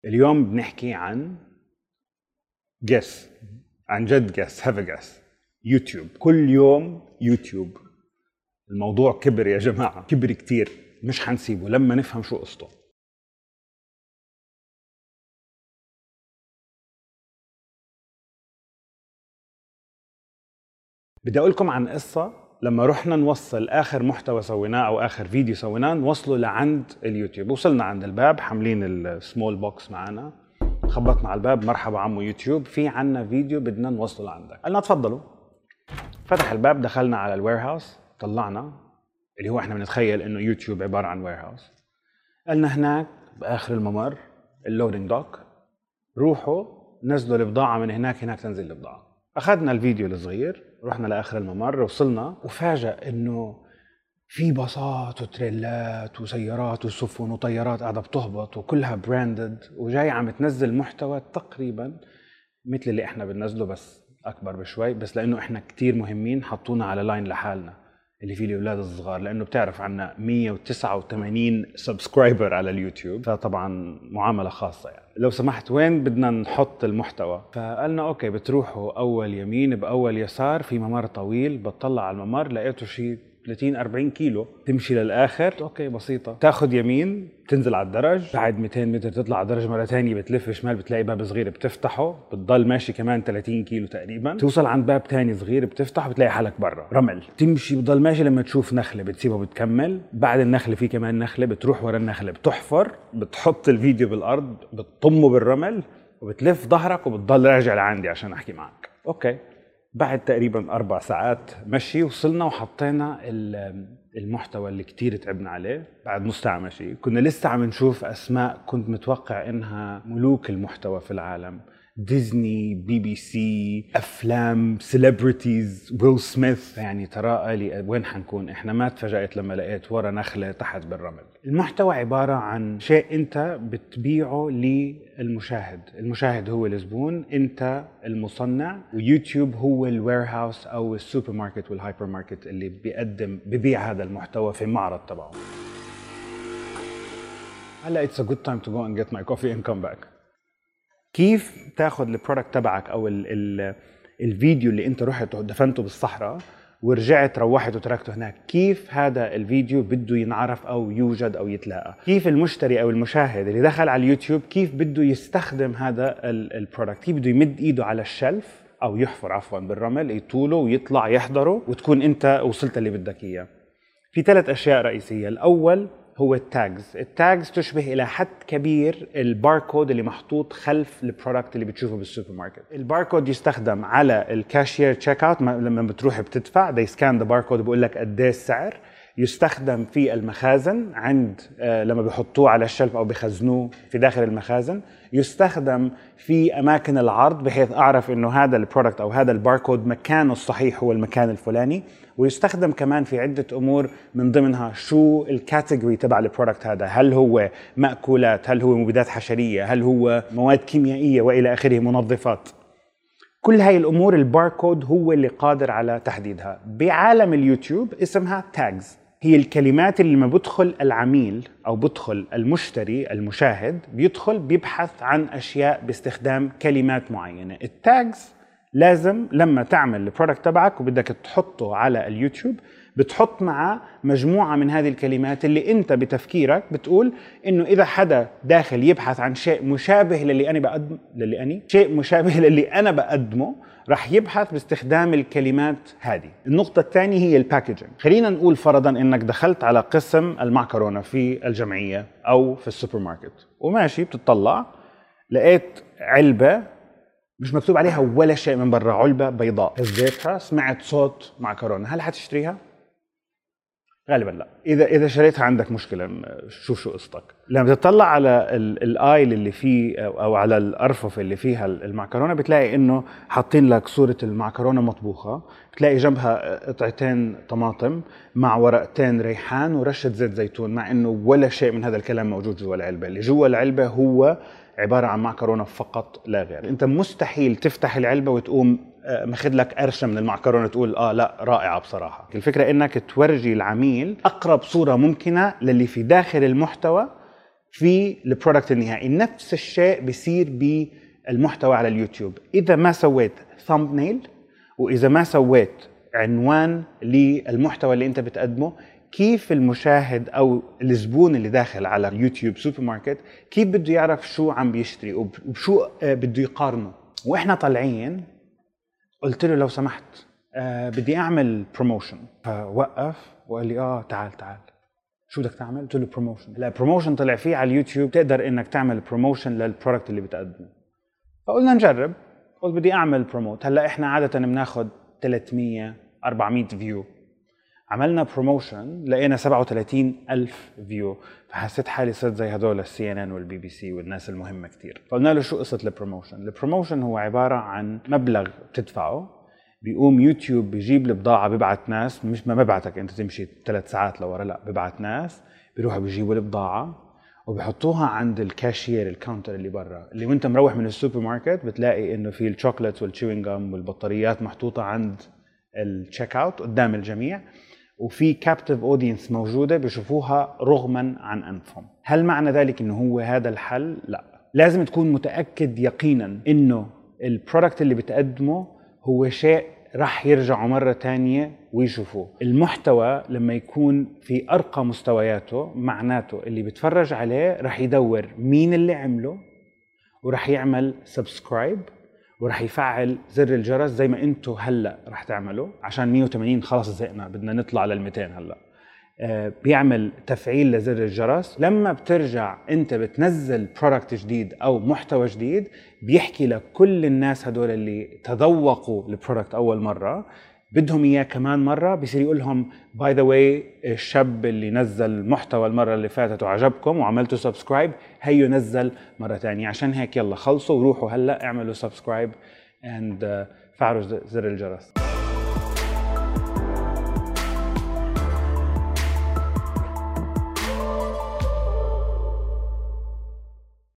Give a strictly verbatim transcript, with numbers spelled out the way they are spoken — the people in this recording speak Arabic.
اليوم بنحكي عن guess، عن جد guess have a guess. يوتيوب، كل يوم يوتيوب. الموضوع كبر يا جماعة، كبر كتير، مش حنسيبه لما نفهم شو قصته. بدي أقول لكم عن قصة لما رحنا نوصل آخر محتوى سويناه أو آخر فيديو سويناه نوصله لعند اليوتيوب. وصلنا عند الباب حاملين السمول بوكس معنا، خبطنا على الباب، مرحبا عمو يوتيوب، في عنا فيديو بدنا نوصله لعندك. قالنا تفضلوا. فتح الباب، دخلنا على الوير هاوس، طلعنا اللي هو احنا بنتخيل انه يوتيوب عبارة عن وير هاوس. قالنا هناك بآخر الممر اللودينج دوك، روحوا نزلوا البضاعة من هناك، هناك تنزل البضاعة. أخذنا الفيديو الصغير، رحنا لآخر الممر، وصلنا وفاجأ إنه في باصات وتريلات وسيارات وسفن وطيارات قاعدة بتهبط وكلها براندد وجاي عم تنزل محتوى تقريبا مثل اللي احنا بننزله بس أكبر بشوي، بس لأنه احنا كتير مهمين حطونا على لاين لحالنا اللي فيه الأولاد الصغار، لأنه بتعرف عنا مية وتسعة وثمانين سبسكرايبر على اليوتيوب، فطبعا معاملة خاصة يعني. لو سمحت وين بدنا نحط المحتوى؟ فقالنا أوكي بتروحوا أول يمين بأول يسار في ممر طويل. بتطلع على الممر لقيته شيء ثلاثين أربعين كيلو، تمشي للآخر. أوكي بسيطة، تاخد يمين تنزل على الدرج، بعد مئتين متر تطلع على الدرج مرة تانية، بتلف شمال بتلاقي باب صغير بتفتحه، بتضل ماشي كمان ثلاثين كيلو تقريبا، توصل عند باب تاني صغير بتفتحه بتلاقي حالك برا رمل. تمشي بتضل ماشي لما تشوف نخلة بتسيبها بتكمل، بعد النخلة في كمان نخلة بتروح ورا النخلة بتحفر، بتحط الفيديو بالأرض بتطمه بالرمل وبتلف ظهرك وبتضل راجع لعندي عشان أحكي معك. أوكي بعد تقريبا أربع ساعات مشي وصلنا وحطينا المحتوى اللي كتير تعبنا عليه. بعد نص ساعة مشي كنا لسه عم نشوف أسماء كنت متوقع إنها ملوك المحتوى في العالم، ديزني، بي بي سي، أفلام، سيلبرتيز، ويل سميث. يعني تراءى لي وين حنكون إحنا. ما تفاجأت لما لقيت ورا نخلة تحت بالرمل. المحتوى عبارة عن شيء أنت بتبيعه للمشاهد، المشاهد هو الزبون، أنت المصنع، ويوتيوب هو الوير هاوس أو السوبر ماركت والهايبر ماركت اللي بيقدم ببيع هذا المحتوى في المعرض تبعه. هلا it's a good time to go and get my coffee and come back. كيف تاخذ البرودكت تبعك او ال ال الفيديو اللي انت رحت ودفنته بالصحراء ورجعت روحت وتركته هناك، كيف هذا الفيديو بده ينعرف او يوجد او يتلاقى؟ كيف المشتري او المشاهد اللي دخل على اليوتيوب كيف بده يستخدم هذا البرودكت؟ كيف بده يمد ايده على الشلف او يحفر عفوا بالرمل، يطوله ويطلع يحضره وتكون انت وصلت اللي بدك اياه؟ في ثلاث اشياء رئيسيه. الاول هو التاجز. التاجز تشبه الى حد كبير الباركود اللي محطوط خلف البرودكت اللي بتشوفه بالسوبر ماركت. الباركود يستخدم على الكاشير تشيك اوت لما بتروح بتدفع، they scan the barcode بقول لك قد ايه السعر. يستخدم في المخازن عند لما بيحطوه على الشلف او بيخزنوه في داخل المخازن. يستخدم في اماكن العرض بحيث اعرف انه هذا البرودكت او هذا الباركود مكانه الصحيح هو المكان الفلاني. ويستخدم كمان في عدة امور من ضمنها شو الكاتيجوري تبع البرودكت هذا، هل هو مأكولات، هل هو مبيدات حشرية، هل هو مواد كيميائية والى اخره، منظفات. كل هاي الامور الباركود هو اللي قادر على تحديدها. بعالم اليوتيوب اسمها تاجز، هي الكلمات اللي لما بدخل العميل او بدخل المشتري المشاهد بيدخل بيبحث عن اشياء باستخدام كلمات معينة. التاجز لازم لما تعمل البرودكت تبعك وبدك تحطه على اليوتيوب بتحط معه مجموعة من هذه الكلمات اللي انت بتفكيرك بتقول انه اذا حدا داخل يبحث عن شيء مشابه للي انا بقدم للي اني شيء مشابه للي انا بقدمه راح يبحث باستخدام الكلمات هذه. النقطة الثانية هي الباكجينج. خلينا نقول فرضا انك دخلت على قسم المعكرونة في الجمعية او في السوبر ماركت وماشي بتطلع لقيت علبة مش مكتوب عليها ولا شيء من برا، علبة بيضاء، هزيتها سمعت صوت معكرونة، هل حتشتريها؟ غالبا لا. اذا اذا شريتها عندك مشكله، شو شو قصتك. لما تطلع على الايل اللي فيه او على الارفف اللي فيها المعكرونه بتلاقي انه حاطين لك صوره المعكرونه مطبوخه، بتلاقي جنبها قطعتين طماطم مع ورقتين ريحان ورشه زيت زيتون، مع انه ولا شيء من هذا الكلام موجود جوا العلبه. اللي جوا العلبه هو عباره عن معكرونه فقط لا غير. انت مستحيل تفتح العلبه وتقوم ماخذ لك قرشه من المعكرونه تقول اه لا رائعه بصراحه. الفكره انك تورجي العميل اقرب صوره ممكنه للي في داخل المحتوى في البرودكت النهائي. نفس الشيء بيصير بالمحتوى على اليوتيوب. اذا ما سويت thumbnail واذا ما سويت عنوان للمحتوى اللي انت بتقدمه، كيف المشاهد او الزبون اللي داخل على يوتيوب سوبر ماركت كيف بده يعرف شو عم بيشتري وشو بده يقارنه؟ واحنا طالعين قلت له لو سمحت أه بدي اعمل بروموشن. فوقف وقال لي اه تعال تعال شو بدك تعمل؟ قلت له بروموشن. لا بروموشن طلع فيه على اليوتيوب تقدر انك تعمل بروموشن للبرودكت اللي بتقدمه. فقلنا نجرب. قلت بدي اعمل بروموت. هلا احنا عاده بناخذ ثلاثمية أربعمية فيو. عملنا بروموشن لقينا سبعة وثلاثين ألف فيو. فحسيت حالي صرت زي هدول السي ان ان والبي بي سي والناس المهمه كثير. فقلنا له شو قصه البروموشن؟ البروموشن هو عباره عن مبلغ بتدفعه، بيقوم يوتيوب بيجيب البضاعه، بيبعت ناس، مش ما ببعتك انت تمشي ثلاث ساعات لورا، لا ببعت ناس بيروحوا بيجيبوا البضاعه وبيحطوها عند الكاشير الكاونتر اللي برا، اللي وانت مروح من السوبر ماركت بتلاقي انه في الشوكولاتس والتشوينج جام والبطاريات محطوطه عند التشيك اوت قدام الجميع، وفي كابتيف اودينس موجوده بيشوفوها رغما عن انفهم. هل معنى ذلك انه هو هذا الحل؟ لا، لازم تكون متاكد يقينا انه البرودكت اللي بتقدمه هو شيء راح يرجعوا مرة تانية ويشوفوه. المحتوى لما يكون في أرقى مستوياته معناته اللي بيتفرج عليه راح يدور مين اللي عمله وراح يعمل سبسكرايب وراح يفعل زر الجرس زي ما انتو هلأ راح تعملوا، عشان مية وثمانين خلاص زهقنا بدنا نطلع للمئتين هلأ. آه بيعمل تفعيل لزر الجرس. لما بترجع انت بتنزل برودكت جديد او محتوى جديد بيحكي لك كل الناس هدول اللي تذوقوا البرودكت اول مره بدهم اياه كمان مره، بيصير يقول لهم باي ذا واي الشاب اللي نزل محتوى المره اللي فاتت وعجبكم وعملتوا سبسكرايب هيو نزل مره ثانيه، عشان هيك يلا خلصوا وروحوا هلا اعملوا سبسكرايب اند فعلوا زر الجرس.